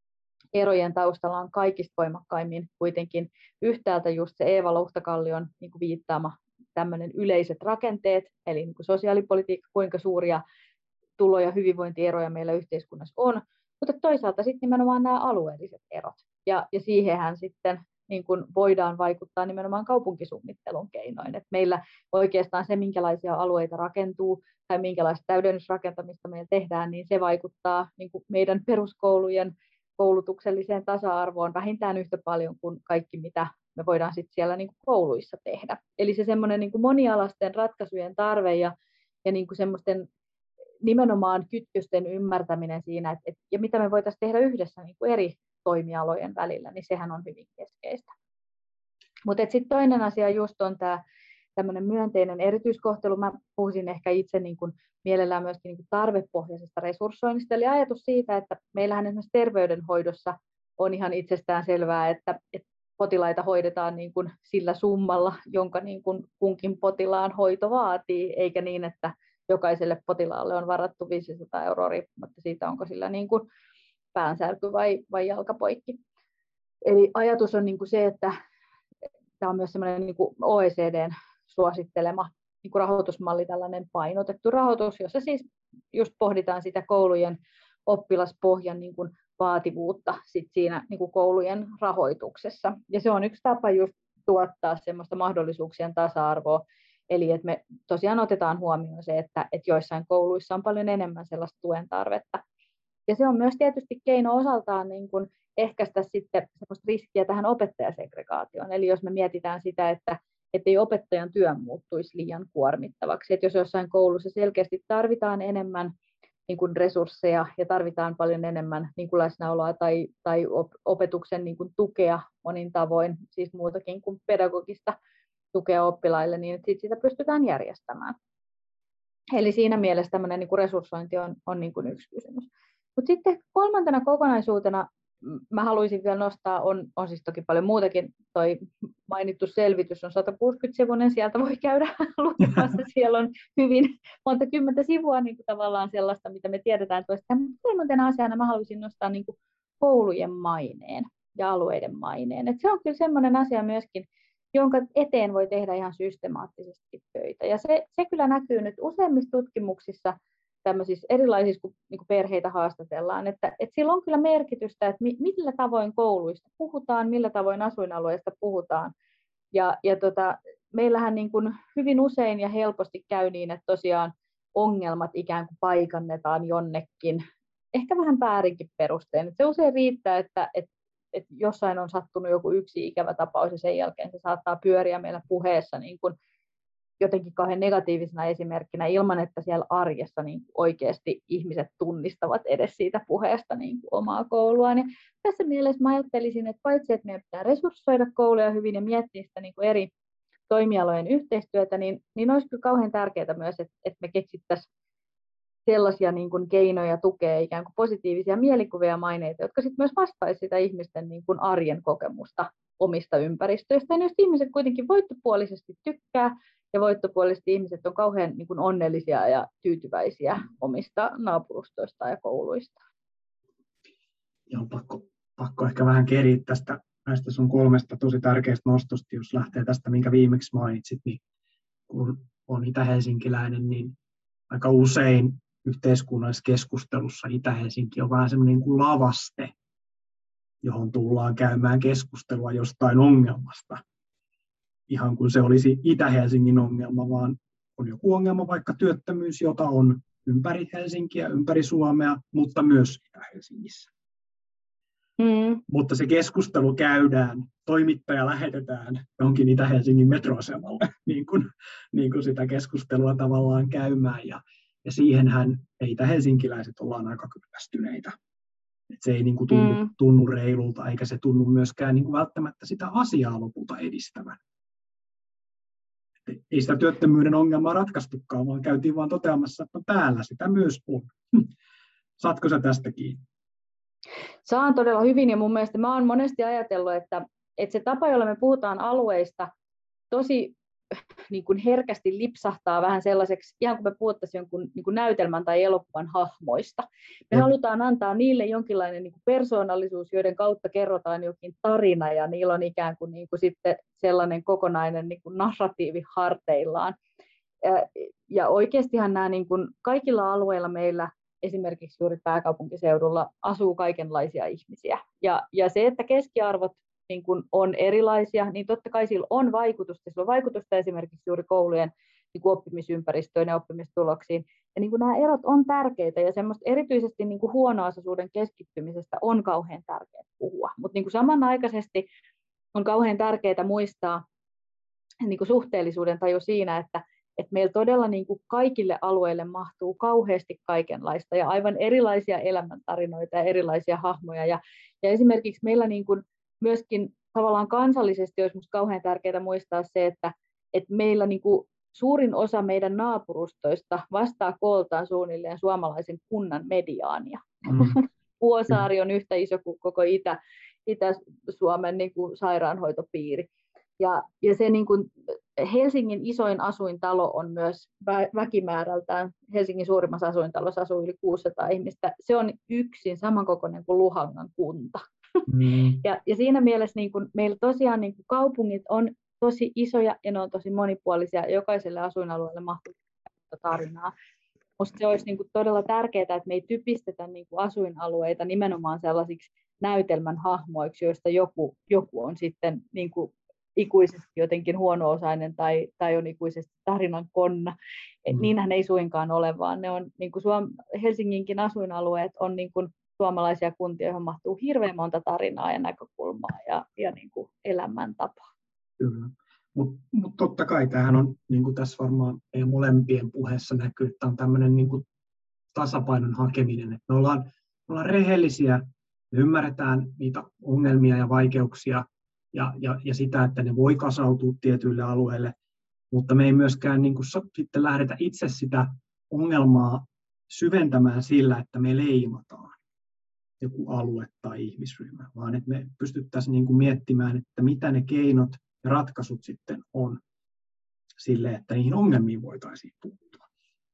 erojen taustalla on kaikista voimakkaimmin kuitenkin yhtäältä just se Eeva Lohtakallion niin kuin viittaama tämmöinen yleiset rakenteet, eli niin kuin sosiaalipolitiikka, kuinka suuria tulo- ja hyvinvointieroja meillä yhteiskunnassa on, mutta toisaalta sitten nimenomaan nämä alueelliset erot. Ja, ja siihenhän sitten niin kuin voidaan vaikuttaa nimenomaan kaupunkisuunnittelun keinoin. Et meillä oikeastaan se, minkälaisia alueita rakentuu tai minkälaista täydennysrakentamista meillä tehdään, niin se vaikuttaa niin kuin meidän peruskoulujen koulutukselliseen tasa-arvoon vähintään yhtä paljon kuin kaikki, mitä me voidaan sitten siellä niin kuin kouluissa tehdä. Eli se semmoinen niin kuin monialaisten ratkaisujen tarve ja, ja niin kuin semmoisten nimenomaan kytkösten ymmärtäminen siinä, että, että, ja mitä me voitaisiin tehdä yhdessä niin kuin eri toimialojen välillä, niin sehän on hyvin keskeistä. Mutta sitten toinen asia just on tämä tämmöinen myönteinen erityiskohtelu. Mä puhuisin ehkä itse niin kuin mielellään myöskin niin kuin tarvepohjaisesta resurssoinnista, eli ajatus siitä, että meillähän esimerkiksi terveydenhoidossa on ihan itsestään selvää, että, että potilaita hoidetaan niin kuin sillä summalla, jonka niin kuin kunkin potilaan hoito vaatii, eikä niin, että jokaiselle potilaalle on varattu viisisataa euroa riippumatta siitä, onko sillä niin kuin päänsärky vai, vai jalkapoikki. Eli ajatus on niin kuin se, että tämä on myös semmoinen niin kuin O E C D:n suosittelema niin kuin rahoitusmalli, tällainen painotettu rahoitus, jossa siis just pohditaan sitä koulujen oppilaspohjan niin kuin vaativuutta sit siinä niin kuin koulujen rahoituksessa. Ja se on yksi tapa just tuottaa semmoista mahdollisuuksien tasa-arvoa. Eli että me tosiaan otetaan huomioon se, että, että joissain kouluissa on paljon enemmän sellaista tuen tarvetta. Ja se on myös tietysti keino osaltaan niin kuin ehkäistä sitten sellaista riskiä tähän opettajasegregaatioon. Eli jos me mietitään sitä, että, ettei opettajan työ muuttuisi liian kuormittavaksi. Et jos jossain koulussa selkeästi tarvitaan enemmän niin kuin resursseja ja tarvitaan paljon enemmän niin kuin läsnäoloa tai, tai opetuksen niin kuin tukea monin tavoin, siis muutakin kuin pedagogista tukea oppilaille, niin sit sitä pystytään järjestämään. Eli siinä mielessä tämmöinen niin kuin resurssointi on, on niin kuin yksi kysymys. Mutta sitten kolmantena kokonaisuutena mä haluaisin vielä nostaa, on, on siis toki paljon muutakin, toi mainittu selvitys on sata kuusikymmentä sivuinen, sieltä voi käydä lukemassa, siellä on hyvin monta kymmentä sivua niin kuin tavallaan sellaista, mitä me tiedetään toistaan. Mutta kolmantena asiana mä haluaisin nostaa niin kuin koulujen maineen ja alueiden maineen. Et se on kyllä semmoinen asia myöskin, jonka eteen voi tehdä ihan systemaattisesti töitä. Ja se, se kyllä näkyy nyt useimmissa tutkimuksissa, tämmöisissä erilaisissa, kun niin kuin perheitä haastatellaan, että, että sillä on kyllä merkitystä, että mi, millä tavoin kouluista puhutaan, millä tavoin asuinalueista puhutaan. Ja, ja tota, meillähän niin kuin hyvin usein ja helposti käy niin, että tosiaan ongelmat ikään kuin paikannetaan jonnekin, ehkä vähän väärinkin perustein. Se usein riittää, että, että, että jossain on sattunut joku yksi ikävä tapaus ja sen jälkeen se saattaa pyöriä meillä puheessa niin kuin jotenkin kauhean negatiivisena esimerkkinä ilman, että siellä arjessa niin oikeasti ihmiset tunnistavat edes siitä puheesta niin kuin omaa kouluaan. Ja tässä mielessä mä ajattelisin, että paitsi että meidän pitää resurssoida kouluja hyvin ja miettiä sitä niin kuin eri toimialojen yhteistyötä, niin, niin olisi kyllä kauhean tärkeää myös, että, että me keksittäisiin sellaisia niin kuin keinoja tukea ikään kuin positiivisia mielikuvia ja maineita, jotka sitten myös vastaisivat sitä ihmisten niin kuin arjen kokemusta omista ympäristöistä. Ja jos ihmiset kuitenkin voittopuolisesti tykkää, ja voittopuolisesti ihmiset on kauhean niin kuin onnellisia ja tyytyväisiä omista naapurustoista ja kouluista. Joo, pakko, pakko ehkä vähän keriä tästä näistä sun kolmesta tosi tärkeästä nostosta, jos lähtee tästä, minkä viimeksi mainitsit, niin kun on itä-helsinkiläinen, niin aika usein yhteiskunnallisessa keskustelussa Itä-Helsinki on vähän semmoinen kuin lavaste, johon tullaan käymään keskustelua jostain ongelmasta. Ihan kuin se olisi Itä-Helsingin ongelma, vaan on joku ongelma, vaikka työttömyys, jota on ympäri Helsinkiä, ympäri Suomea, mutta myös Itä-Helsingissä. Mm. Mutta se keskustelu käydään, toimittaja lähetetään johonkin Itä-Helsingin metroasemalle, niin kuin, niin kuin sitä keskustelua tavallaan käymään, ja, ja siihenhän me itä-helsinkiläiset ollaan aika kyllästyneitä. Et se ei niin kuin tunnu, mm. tunnu reilulta, eikä se tunnu myöskään niin kuin välttämättä sitä asiaa lopulta edistävän. Ei sitä työttömyyden ongelmaa ratkaistukaan, vaan käytiin vaan toteamassa, että täällä sitä myös on. Saatko sä tästä kiinni? Saan todella hyvin, ja mun mielestä mä oon monesti ajatellut, että, että se tapa, jolla me puhutaan alueista, tosi niin kuin herkästi lipsahtaa vähän sellaiseksi, ihan kuin me puhuttaisiin jonkun niin kuin näytelmän tai elokuvan hahmoista. Me mm. halutaan antaa niille jonkinlainen niin kuin persoonallisuus, joiden kautta kerrotaan jokin tarina, ja niillä on ikään kuin, niin kuin sitten sellainen kokonainen niin kuin narratiivi harteillaan. Ja, ja oikeastihan nämä niin kuin kaikilla alueilla meillä, esimerkiksi juuri pääkaupunkiseudulla, asuu kaikenlaisia ihmisiä. Ja, ja se, että keskiarvot niin kun on erilaisia, niin totta kai sillä on vaikutusta. Sillä on vaikutusta esimerkiksi juuri koulujen niin kuin oppimisympäristöön ja oppimistuloksiin. Ja niin kuin nämä erot on tärkeitä, ja semmoista erityisesti niin kuin huono-osaisuuden keskittymisestä on kauhean tärkeää puhua. Mutta niin samanaikaisesti on kauhean tärkeää muistaa niin kuin suhteellisuuden taju siinä, että että meillä todella niin kuin kaikille alueille mahtuu kauheasti kaikenlaista ja aivan erilaisia elämäntarinoita ja erilaisia hahmoja. Ja, ja esimerkiksi meillä niin kuin myöskin tavallaan kansallisesti olisi minusta kauhean tärkeää muistaa se, että, että meillä niin kuin suurin osa meidän naapurustoista vastaa kooltaan suunnilleen suomalaisen kunnan mediaania. Mm. Vuosaari on yhtä iso kuin koko Itä, Itä-Suomen niin kuin sairaanhoitopiiri. Ja, ja se niin kuin Helsingin isoin asuintalo on myös väkimäärältään, Helsingin suurimmassa asuintalossa asuu yli kuusisataa ihmistä, se on yksin samankokoinen kuin Luhangan kunta. Mm. Ja, ja siinä mielessä niin kuin, meillä tosiaan niin kuin kaupungit on tosi isoja ja ne on tosi monipuolisia, jokaiselle asuinalueelle mahtuu tarinaa. Minusta se olisi niin kuin todella tärkeää, että me ei typistetä niin kuin asuinalueita nimenomaan sellaisiksi näytelmän hahmoiksi, joista joku, joku on sitten niin kuin ikuisesti jotenkin huono-osainen tai, tai on ikuisesti tarinan konna. Mm. Niinhän ei suinkaan ole, vaan ne on, niin kuin Suom- Helsinginkin asuinalueet on niin kuin suomalaisia kuntia, joihin mahtuu hirveän monta tarinaa ja näkökulmaa ja, ja niin kuin elämäntapaa. Kyllä. Mutta mut totta kai tämähän on, niin kuin tässä varmaan meidän molempien puheessa näkyy, että on tämmöinen niin kuin tasapainon hakeminen, että me ollaan, me ollaan rehellisiä, me ymmärretään niitä ongelmia ja vaikeuksia ja, ja, ja sitä, että ne voi kasautua tietyille alueille, mutta me ei myöskään niin kuin sitten lähdetä itse sitä ongelmaa syventämään sillä, että me leimataan joku alue tai ihmisryhmä, vaan että me pystyttäisiin niin kuin miettimään, että mitä ne keinot ja ratkaisut sitten on sille, että niihin ongelmiin voitaisiin puuttua.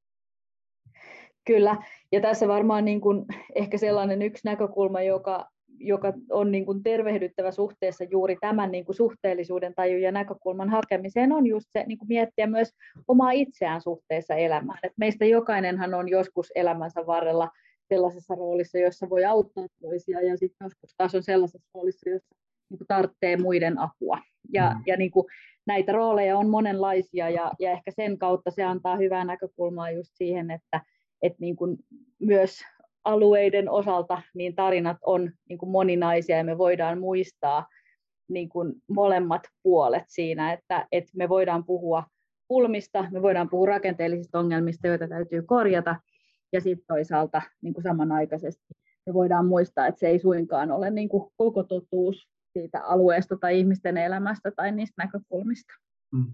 Kyllä, ja tässä varmaan niin kuin ehkä sellainen yksi näkökulma, joka, joka on niin kuin tervehdyttävä suhteessa juuri tämän niin kuin suhteellisuuden tajun ja näkökulman hakemiseen, on just se niin kuin miettiä myös omaa itseään suhteessa elämään. Et meistä jokainenhan on joskus elämänsä varrella sellaisessa roolissa, jossa voi auttaa toisia, ja sitten joskus taas on sellaisessa roolissa, jossa niin kuin tarvitsee muiden apua. Ja, mm. ja niin kuin näitä rooleja on monenlaisia, ja, ja ehkä sen kautta se antaa hyvää näkökulmaa just siihen, että että niin kuin myös alueiden osalta niin tarinat on niin kuin moninaisia ja me voidaan muistaa niin kuin molemmat puolet siinä, että, että me voidaan puhua pulmista, me voidaan puhua rakenteellisista ongelmista, joita täytyy korjata, ja sitten toisaalta niin kuin samanaikaisesti me voidaan muistaa, että se ei suinkaan ole niin kuin koko totuus siitä alueesta tai ihmisten elämästä tai niistä näkökulmista. Mm.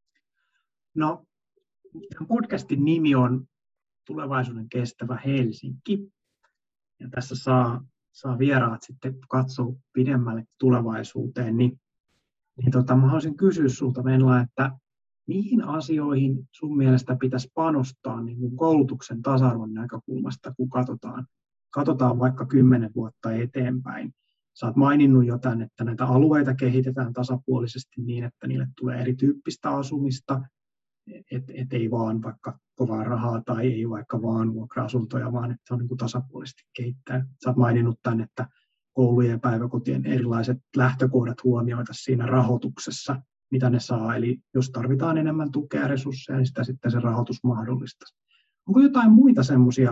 No, podcastin nimi on Tulevaisuuden kestävä Helsinki. Ja tässä saa, saa vieraat sitten katsoa pidemmälle tulevaisuuteen. Niin, niin tota, mä haluaisin kysyä sulta, Venla, että mihin asioihin sun mielestä pitäisi panostaa niin kuin koulutuksen tasa-arvon näkökulmasta, kun katsotaan, katsotaan vaikka kymmenen vuotta eteenpäin? Sä oot maininnut jotain, että näitä alueita kehitetään tasapuolisesti niin, että niille tulee erityyppistä asumista, että et ei vaan vaikka kovaa rahaa tai ei vaikka vaan vuokra-asuntoja, vaan että se on niin kuin tasapuolisesti kehittää. Sä oot maininnut tämän, että koulujen ja päiväkotien erilaiset lähtökohdat huomioitaisiin siinä rahoituksessa, mitä ne saa. Eli jos tarvitaan enemmän tukea ja resursseja, niin sitä sitten se rahoitus mahdollistaisi. Onko jotain muita semmoisia,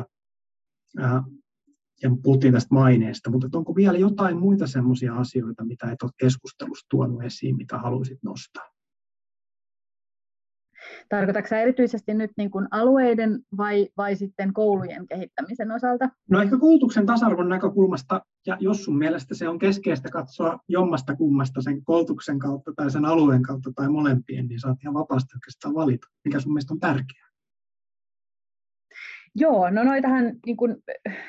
ja puhuttiin tästä maineesta, mutta onko vielä jotain muita semmoisia asioita, mitä et ole keskustelussa tuonut esiin, mitä haluaisit nostaa? Tarkoitatko sinä erityisesti nyt niin kuin alueiden vai, vai sitten koulujen kehittämisen osalta? No ehkä koulutuksen tasa-arvon näkökulmasta, ja jos sun mielestä se on keskeistä katsoa jommasta kummasta sen koulutuksen kautta tai sen alueen kautta tai molempien, niin saat ihan vapaasti oikeastaan valita, mikä sun mielestä on tärkeää. Joo, no noitahan niin kuin,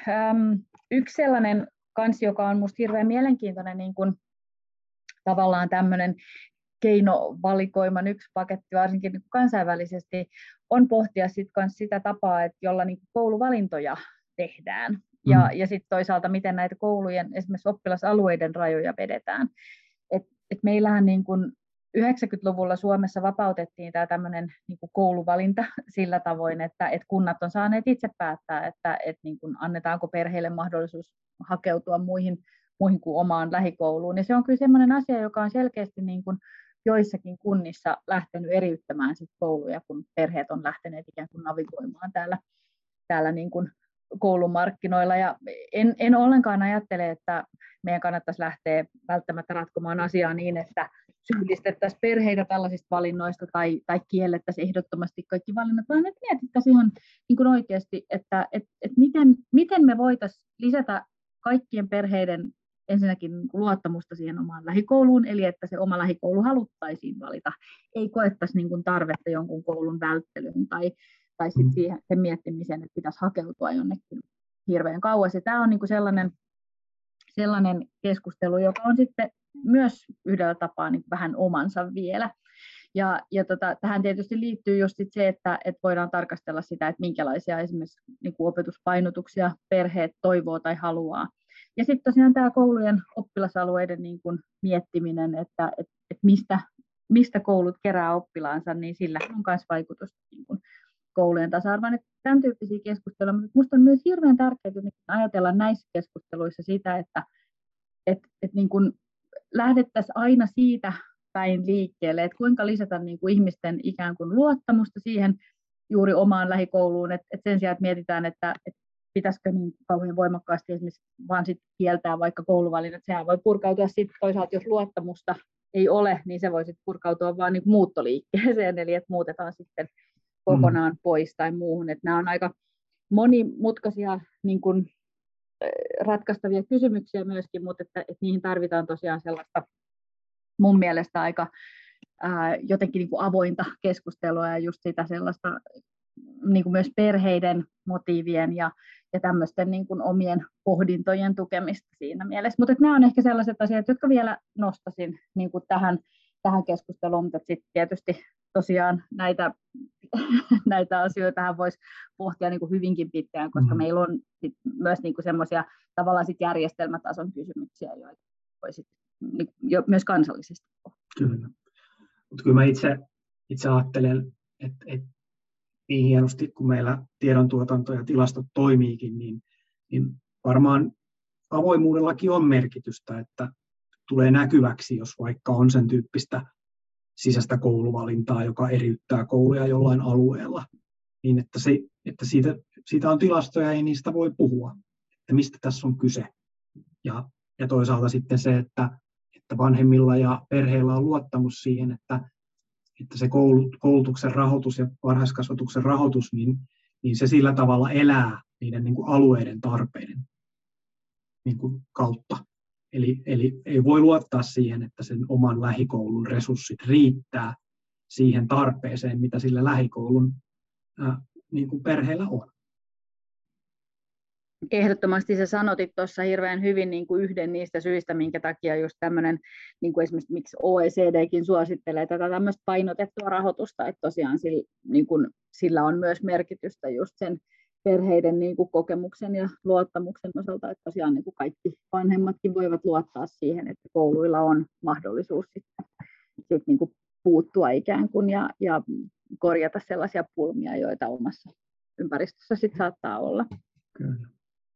äm, yksi sellainen kansi, joka on minusta hirveän mielenkiintoinen niin kuin, tavallaan tämmöinen keinovalikoiman yksi paketti, varsinkin niin kansainvälisesti, on pohtia sit kans sitä tapaa, että jolla niin kouluvalintoja tehdään. Mm. Ja, ja sitten toisaalta, miten näitä koulujen, esimerkiksi oppilasalueiden rajoja vedetään. Et, et meillähän niin kun yhdeksänkymmentäluvulla Suomessa vapautettiin tämä tämmöinen niin kuin kouluvalinta sillä tavoin, että, että kunnat on saaneet itse päättää, että, että niin kuin annetaanko perheille mahdollisuus hakeutua muihin, muihin kuin omaan lähikouluun. Ja se on kyllä sellainen asia, joka on selkeästi niin kuin joissakin kunnissa lähtenyt eriyttämään sit kouluja, kun perheet on lähteneet ikään kuin navigoimaan täällä, täällä niin kuin koulumarkkinoilla. Ja en, en ollenkaan ajattele, että meidän kannattaisi lähteä välttämättä ratkomaan asiaa niin, että syyllistettäisiin perheitä tällaisista valinnoista tai, tai kiellettäisiin ehdottomasti kaikki valinnat, vaan että mietittäisiin ihan niin kuin oikeasti, että et, et miten, miten me voitaisiin lisätä kaikkien perheiden ensinnäkin luottamusta siihen omaan lähikouluun, eli että se oma lähikoulu haluttaisiin valita, ei koettaisi niin kuin tarvetta jonkun koulun välttelyyn tai, tai sit siihen, sen miettimiseen, että pitäisi hakeutua jonnekin hirveän kauas. Ja tämä on niin kuin sellainen, sellainen keskustelu, joka on sitten myös yhdellä tapaa niin vähän omansa vielä. Ja, ja tota, tähän tietysti liittyy just sit se, että, että voidaan tarkastella sitä, että minkälaisia esimerkiksi niin kuin opetuspainotuksia perheet toivoo tai haluaa. Ja sitten tosiaan tämä koulujen oppilasalueiden niin kuin miettiminen, että et, et mistä, mistä koulut kerää oppilaansa, niin sillä on myös vaikutus niin kuin koulujen tasa-arvoon. Tämän tyyppisiä keskusteluja, mutta minusta on myös hirveän tärkeää ajatella näissä keskusteluissa sitä, että et, et niin kuin lähdettäisiin aina siitä päin liikkeelle, että kuinka lisätä niin kuin ihmisten ikään kuin luottamusta siihen juuri omaan lähikouluun, että et sen sijaan, että mietitään, että et pitäisikö niin kauhean voimakkaasti esimerkiksi vaan sit kieltää vaikka kouluvalinnat. Sehän voi purkautua sitten toisaalta, jos luottamusta ei ole, niin se voi sitten purkautua vain niin muuttoliikkeeseen, eli että muutetaan sitten Mm. kokonaan pois tai muuhun. Että nämä on aika monimutkaisia niin kuin, ratkaistavia kysymyksiä myöskin, mutta että, että niihin tarvitaan tosiaan sellaista mun mielestä aika ää, jotenkin niin kuin avointa keskustelua ja just sitä sellaista niin kuin myös perheiden motiivien ja, ja tämmöisten niin kuin omien pohdintojen tukemista siinä mielessä. Mutta nämä on ehkä sellaiset asiat, jotka vielä nostasin niin kuin tähän, tähän keskusteluun, mutta sitten tietysti tosiaan näitä, näitä asioita voisi pohtia niin kuin hyvinkin pitkään, koska mm. meillä on sit myös niin kuin semmoisia tavallaan sit järjestelmätason kysymyksiä, joita voi sit, niin, jo, myös kansallisesti pohtia. Kyllä. Mutta kyllä mä itse, itse ajattelen, että, että niin hienosti, kun meillä tiedontuotanto ja tilastot toimiikin, niin, niin varmaan avoimuudellakin on merkitystä, että tulee näkyväksi, jos vaikka on sen tyyppistä sisäistä kouluvalintaa, joka eriyttää kouluja jollain alueella, niin että, se, että siitä, siitä on tilastoja ja niistä voi puhua, että mistä tässä on kyse. Ja, ja toisaalta sitten se, että, että vanhemmilla ja perheillä on luottamus siihen, että että se koulutuksen rahoitus ja varhaiskasvatuksen rahoitus, niin, niin se sillä tavalla elää niiden niin kuin alueiden tarpeiden niin kuin kautta. Eli, eli ei voi luottaa siihen, että sen oman lähikoulun resurssit riittää siihen tarpeeseen, mitä sillä lähikoulun ää, niin kuin perheellä on. Ehdottomasti sä sanotit tuossa hirveän hyvin niin kuin yhden niistä syistä, minkä takia just tämmöinen, niin kuin esimerkiksi miksi O E C D:kin suosittelee tätä tämmöistä painotettua rahoitusta, että tosiaan sillä, niin kuin, sillä on myös merkitystä just sen perheiden niin kuin kokemuksen ja luottamuksen osalta, että tosiaan niin kuin kaikki vanhemmatkin voivat luottaa siihen, että kouluilla on mahdollisuus sitten, sitten niin kuin puuttua ikään kuin ja, ja korjata sellaisia pulmia, joita omassa ympäristössä sitten saattaa olla. Kyllä.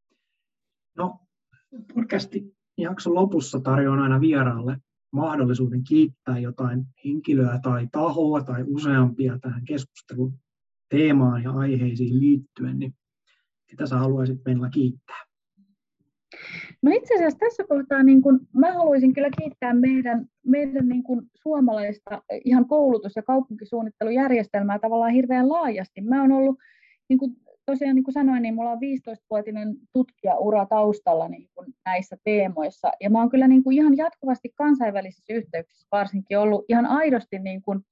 No, podcastin jakson lopussa tarjoan aina vieraalle mahdollisuuden kiittää jotain henkilöä tai tahoa tai useampia tähän keskustelun teemaan ja aiheisiin liittyen, niin ketä sä haluaisit meillä kiittää? No itse asiassa tässä kohtaa niin kun, mä haluaisin kyllä kiittää meidän, meidän niin kun suomalaista ihan koulutus- ja kaupunkisuunnittelujärjestelmää tavallaan hirveän laajasti. Mä oon ollut niin kun, tosiaan niin kuin sanoin, niin mulla on viisitoistavuotinen tutkijaura taustalla niin kuin näissä teemoissa, ja mä oon kyllä niin kuin ihan jatkuvasti kansainvälisissä yhteyksissä varsinkin ollut ihan aidosti niin kuin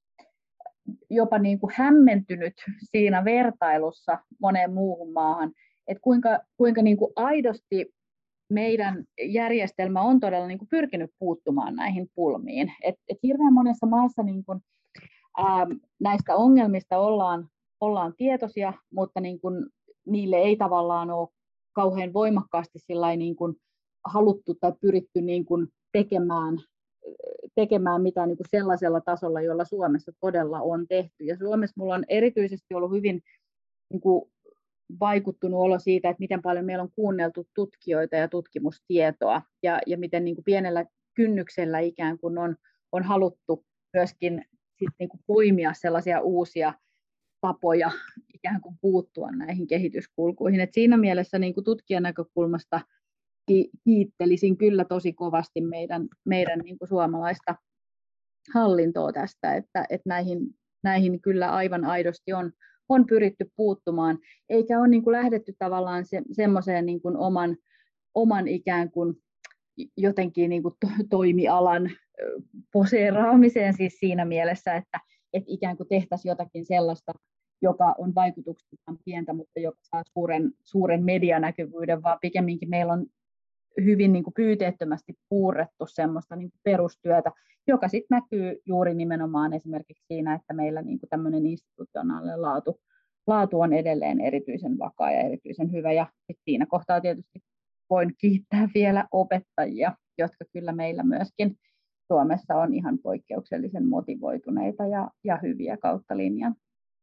jopa niin kuin hämmentynyt siinä vertailussa moneen muuhun maahan, että kuinka, kuinka niin kuin aidosti meidän järjestelmä on todella niin kuin pyrkinyt puuttumaan näihin pulmiin. Et, et hirveän monessa maassa niin kuin, ää, näistä ongelmista ollaan ollaan tietoisia, mutta niin kuin niille ei tavallaan ole kauhean voimakkaasti niin kuin haluttu tai pyritty niin kuin tekemään, tekemään mitään niin kuin sellaisella tasolla, jolla Suomessa todella on tehty. Ja Suomessa minulla on erityisesti ollut hyvin niin kuin vaikuttunut olo siitä, että miten paljon meillä on kuunneltu tutkijoita ja tutkimustietoa, ja, ja miten niin kuin pienellä kynnyksellä ikään kuin on, on haluttu myöskin sit niin kuin poimia sellaisia uusia tapoja ikään kuin puuttua näihin kehityskulkuihin. Et siinä mielessä niin kuin tutkijan näkökulmasta ki- kiittelisin kyllä tosi kovasti meidän, meidän niin kuin suomalaista hallintoa tästä, että, että näihin, näihin kyllä aivan aidosti on, on pyritty puuttumaan, eikä ole niin kuin lähdetty tavallaan se, semmoiseen niin kuin oman, oman ikään kuin jotenkin niin kuin to, toimialan poseeraamiseen siis siinä mielessä, että että ikään kuin tehtäisiin jotakin sellaista, joka on vaikutuksiltaan pientä, mutta joka saa suuren, suuren medianäkyvyyden, vaan pikemminkin meillä on hyvin niin kuin pyyteettömästi puurrettu semmoista niin kuin perustyötä, joka sitten näkyy juuri nimenomaan esimerkiksi siinä, että meillä niin kuin tämmöinen institutionaalinen laatu, laatu on edelleen erityisen vakaa ja erityisen hyvä. Ja siinä kohtaa tietysti voin kiittää vielä opettajia, jotka kyllä meillä myöskin Suomessa on ihan poikkeuksellisen motivoituneita ja, ja hyviä kautta linjan.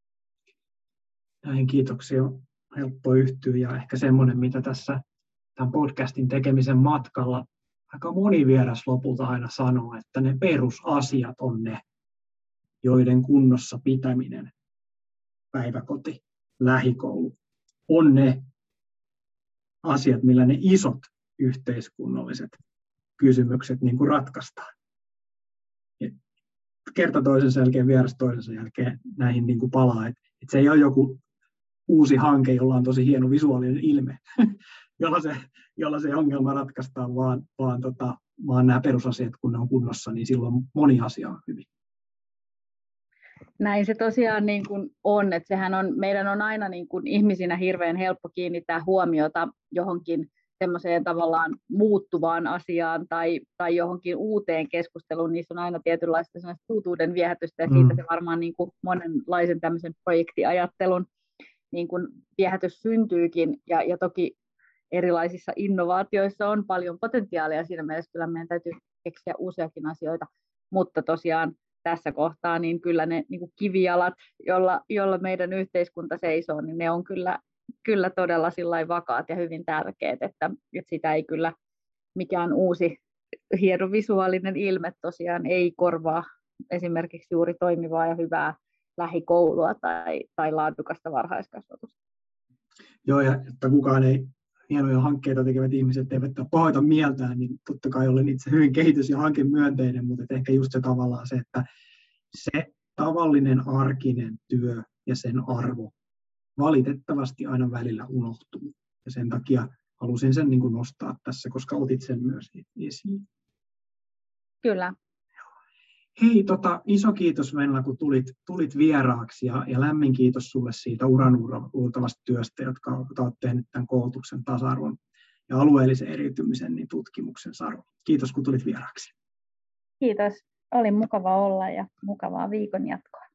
Näihin kiitoksia on helppo yhtyä, ja ehkä semmoinen, mitä tässä tämän podcastin tekemisen matkalla aika moni vieras lopulta aina sanoo, että ne perusasiat on ne, joiden kunnossa pitäminen, päiväkoti, lähikoulu, on ne asiat, millä ne isot yhteiskunnalliset kysymykset niin kuin ratkaistaan. kerta toisensa jälkeen, vieras toisensa jälkeen näihin niin kuin palaa. Et, et se ei ole joku uusi hanke, jolla on tosi hieno visuaalinen ilme, jolla, se, jolla se ongelma ratkaistaan, vaan, vaan, tota, vaan nämä perusasiat, kun ne on kunnossa, niin silloin moni asia on hyvin. Näin se tosiaan niin kuin on, että sehän on, meidän on aina niin kuin ihmisinä hirveän helppo kiinnittää huomiota johonkin semmoiseen tavallaan muuttuvaan asiaan tai, tai johonkin uuteen keskusteluun. Niissä on aina tietynlaista uutuuden viehätystä ja siitä mm. se varmaan niin kuin monenlaisen tämmöisen projektiajattelun niin kuin viehätys syntyykin ja, ja toki erilaisissa innovaatioissa on paljon potentiaalia, siinä mielessä kyllä meidän täytyy keksiä uusiakin asioita, mutta tosiaan tässä kohtaa niin kyllä ne niin kuin kivijalat, jolla, jolla meidän yhteiskunta seisoo, niin ne on kyllä, kyllä todella sillai vakaat ja hyvin tärkeät, että, että sitä ei kyllä mikään uusi hieno visuaalinen ilme tosiaan ei korvaa esimerkiksi juuri toimivaa ja hyvää lähikoulua tai, tai laadukasta varhaiskasvatusta. Joo, ja että kukaan ei, hienoja hankkeita tekevät ihmiset eivät pahoita mieltään, niin totta kai olen itse hyvin kehitys- ja hankemyönteinen, mutta ehkä just se tavallaan se, että se tavallinen arkinen työ ja sen arvo valitettavasti aina välillä unohtuu. Ja sen takia halusin sen niin kuin nostaa tässä, koska otit sen myös esiin. Kyllä. Hei, tota, iso kiitos Venla, kun tulit, tulit vieraaksi ja, ja lämmin kiitos sulle siitä uranuurtavasta työstä, jotka olet tehnyt tämän koulutuksen tasa-arvon ja alueellisen eriytymisen niin tutkimuksen saralla. Kiitos, kun tulit vieraaksi. Kiitos. Oli mukava olla ja mukavaa viikon jatkoa.